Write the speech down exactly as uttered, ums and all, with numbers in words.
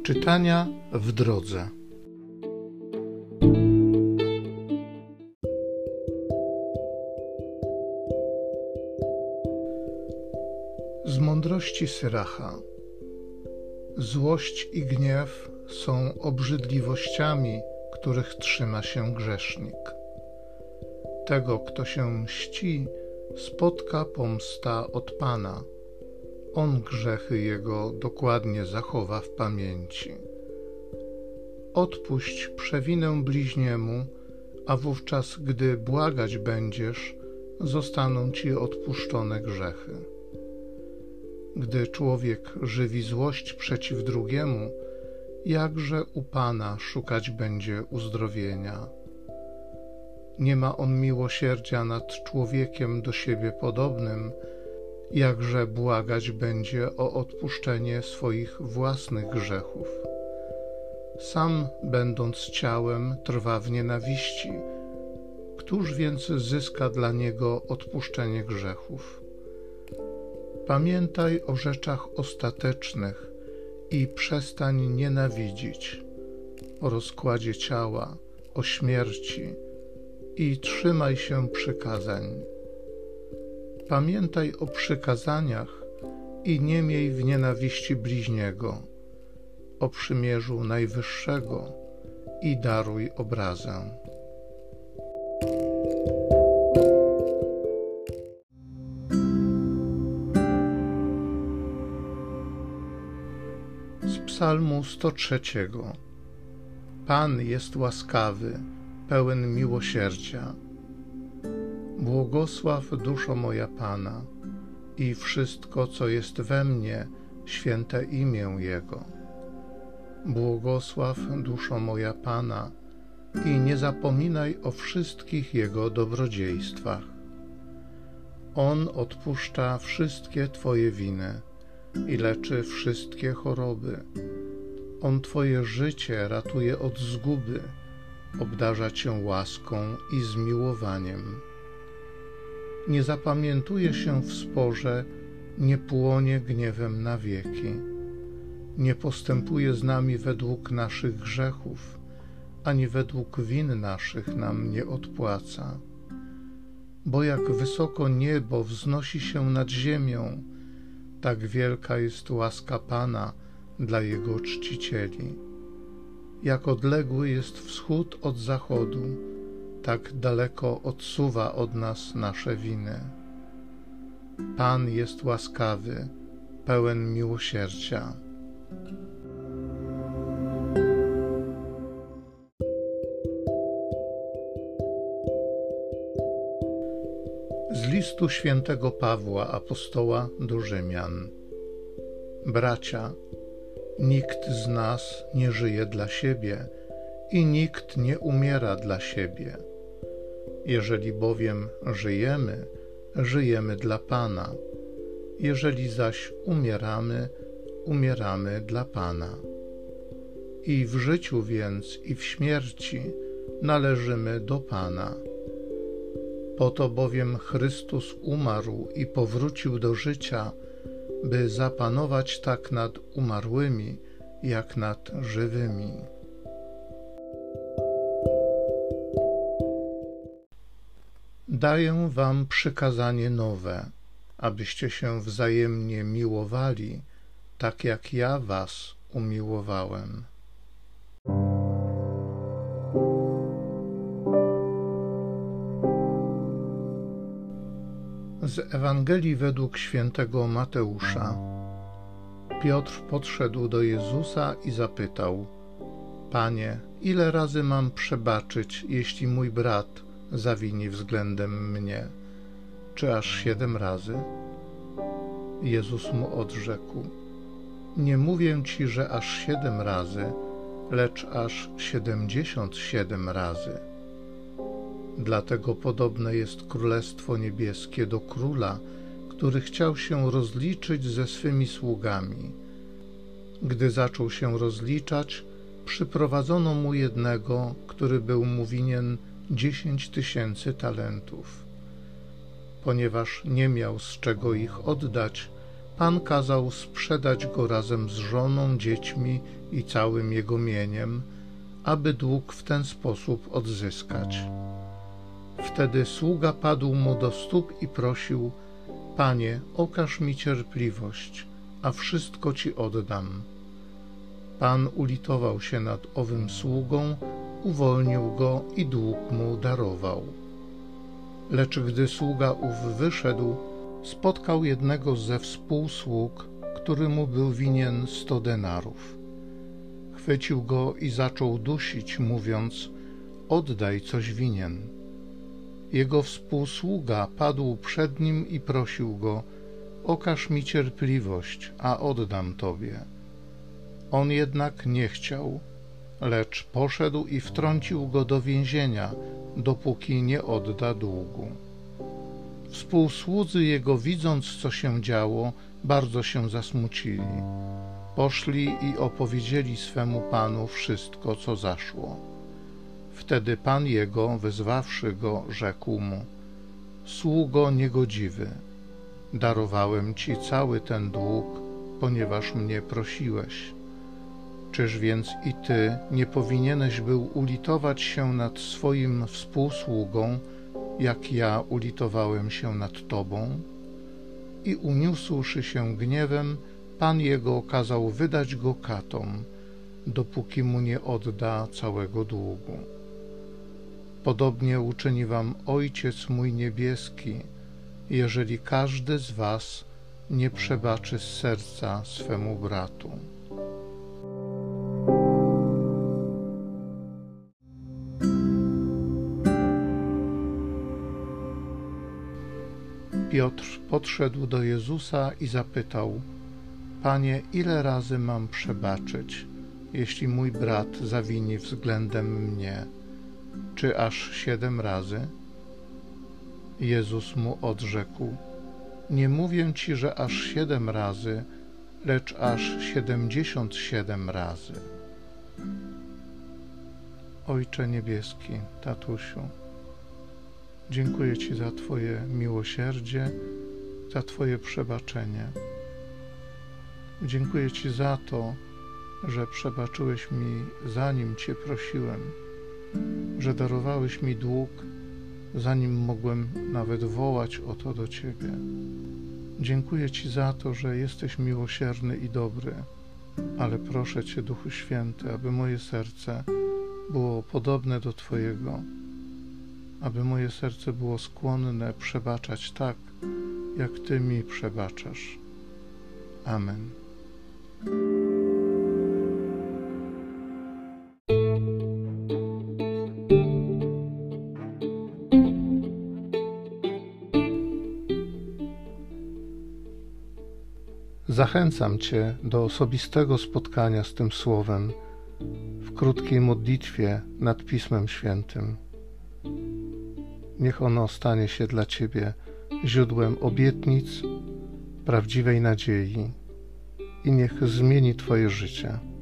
Czytania w drodze. Z mądrości Syracha. Złość i gniew są obrzydliwościami, których trzyma się grzesznik. Tego, kto się mści, spotka pomsta od Pana. On grzechy jego dokładnie zachowa w pamięci. Odpuść przewinę bliźniemu, a wówczas, gdy błagać będziesz, zostaną ci odpuszczone grzechy. Gdy człowiek żywi złość przeciw drugiemu, jakże u Pana szukać będzie uzdrowienia. Nie ma on miłosierdzia nad człowiekiem do siebie podobnym, jakże błagać będzie o odpuszczenie swoich własnych grzechów. Sam, będąc ciałem, trwa w nienawiści. Któż więc zyska dla niego odpuszczenie grzechów? Pamiętaj o rzeczach ostatecznych i przestań nienawidzić, o rozkładzie ciała, o śmierci i trzymaj się przykazań. Pamiętaj o przykazaniach i nie miej w nienawiści bliźniego, o przymierzu Najwyższego i daruj obrazę. Z Psalmu sto trzeciego. Pan jest łaskawy, pełen miłosierdzia. Błogosław duszo moja Pana i wszystko, co jest we mnie, święte imię Jego. Błogosław duszo moja Pana i nie zapominaj o wszystkich Jego dobrodziejstwach. On odpuszcza wszystkie Twoje winy i leczy wszystkie choroby. On Twoje życie ratuje od zguby, obdarza Cię łaską i zmiłowaniem. Nie zapamiętuje się w sporze, nie płonie gniewem na wieki. Nie postępuje z nami według naszych grzechów, ani według win naszych nam nie odpłaca. Bo jak wysoko niebo wznosi się nad ziemią, tak wielka jest łaska Pana dla Jego czcicieli. Jak odległy jest wschód od zachodu, tak daleko odsuwa od nas nasze winy. Pan jest łaskawy, pełen miłosierdzia. Z listu świętego Pawła apostoła do Rzymian. Bracia, nikt z nas nie żyje dla siebie i nikt nie umiera dla siebie. Jeżeli bowiem żyjemy, żyjemy dla Pana. Jeżeli zaś umieramy, umieramy dla Pana. I w życiu więc, i w śmierci należymy do Pana. Po to bowiem Chrystus umarł i powrócił do życia, by zapanować tak nad umarłymi, jak nad żywymi. Daję wam przykazanie nowe, abyście się wzajemnie miłowali, tak jak ja was umiłowałem. Z Ewangelii według świętego Mateusza. Piotr podszedł do Jezusa i zapytał: Panie, ile razy mam przebaczyć, jeśli mój brat zawini względem mnie? Czy aż siedem razy? Jezus mu odrzekł: Nie mówię ci, że aż siedem razy, lecz aż siedemdziesiąt siedem razy. Dlatego podobne jest Królestwo Niebieskie do króla, który chciał się rozliczyć ze swymi sługami. Gdy zaczął się rozliczać, przyprowadzono mu jednego, który był mu winien dziesięć tysięcy talentów. Ponieważ nie miał z czego ich oddać, Pan kazał sprzedać go razem z żoną, dziećmi i całym jego mieniem, aby dług w ten sposób odzyskać. Wtedy sługa padł mu do stóp i prosił: Panie, okaż mi cierpliwość, a wszystko ci oddam. Pan ulitował się nad owym sługą, uwolnił go i dług mu darował. Lecz gdy sługa ów wyszedł, spotkał jednego ze współsług, który mu był winien sto denarów. Chwycił go i zaczął dusić, mówiąc: oddaj, coś winien. Jego współsługa padł przed nim i prosił go: okaż mi cierpliwość, a oddam tobie. On jednak nie chciał, lecz poszedł i wtrącił go do więzienia, dopóki nie odda długu. Współsłudzy jego, widząc, co się działo, bardzo się zasmucili. Poszli i opowiedzieli swemu panu wszystko, co zaszło. Wtedy pan jego, wezwawszy go, rzekł mu: sługo niegodziwy, darowałem ci cały ten dług, ponieważ mnie prosiłeś. Czyż więc i ty nie powinieneś był ulitować się nad swoim współsługą, jak ja ulitowałem się nad tobą? I uniósłszy się gniewem, pan jego kazał wydać go katom, dopóki mu nie odda całego długu. Podobnie uczyni wam Ojciec mój niebieski, jeżeli każdy z was nie przebaczy z serca swemu bratu. Piotr podszedł do Jezusa i zapytał: Panie, ile razy mam przebaczyć, jeśli mój brat zawini względem mnie? Czy aż siedem razy? Jezus mu odrzekł: nie mówię ci, że aż siedem razy, lecz aż siedemdziesiąt siedem razy. Ojcze niebieski, tatusiu, dziękuję ci za Twoje miłosierdzie, za Twoje przebaczenie. Dziękuję ci za to, że przebaczyłeś mi, zanim Cię prosiłem, że darowałeś mi dług, zanim mogłem nawet wołać o to do Ciebie. Dziękuję Ci za to, że jesteś miłosierny i dobry, ale proszę Cię, Duchu Święty, aby moje serce było podobne do Twojego, aby moje serce było skłonne przebaczać tak, jak Ty mi przebaczasz. Amen. Zachęcam Cię do osobistego spotkania z tym Słowem w krótkiej modlitwie nad Pismem Świętym. Niech ono stanie się dla Ciebie źródłem obietnic, prawdziwej nadziei i niech zmieni Twoje życie.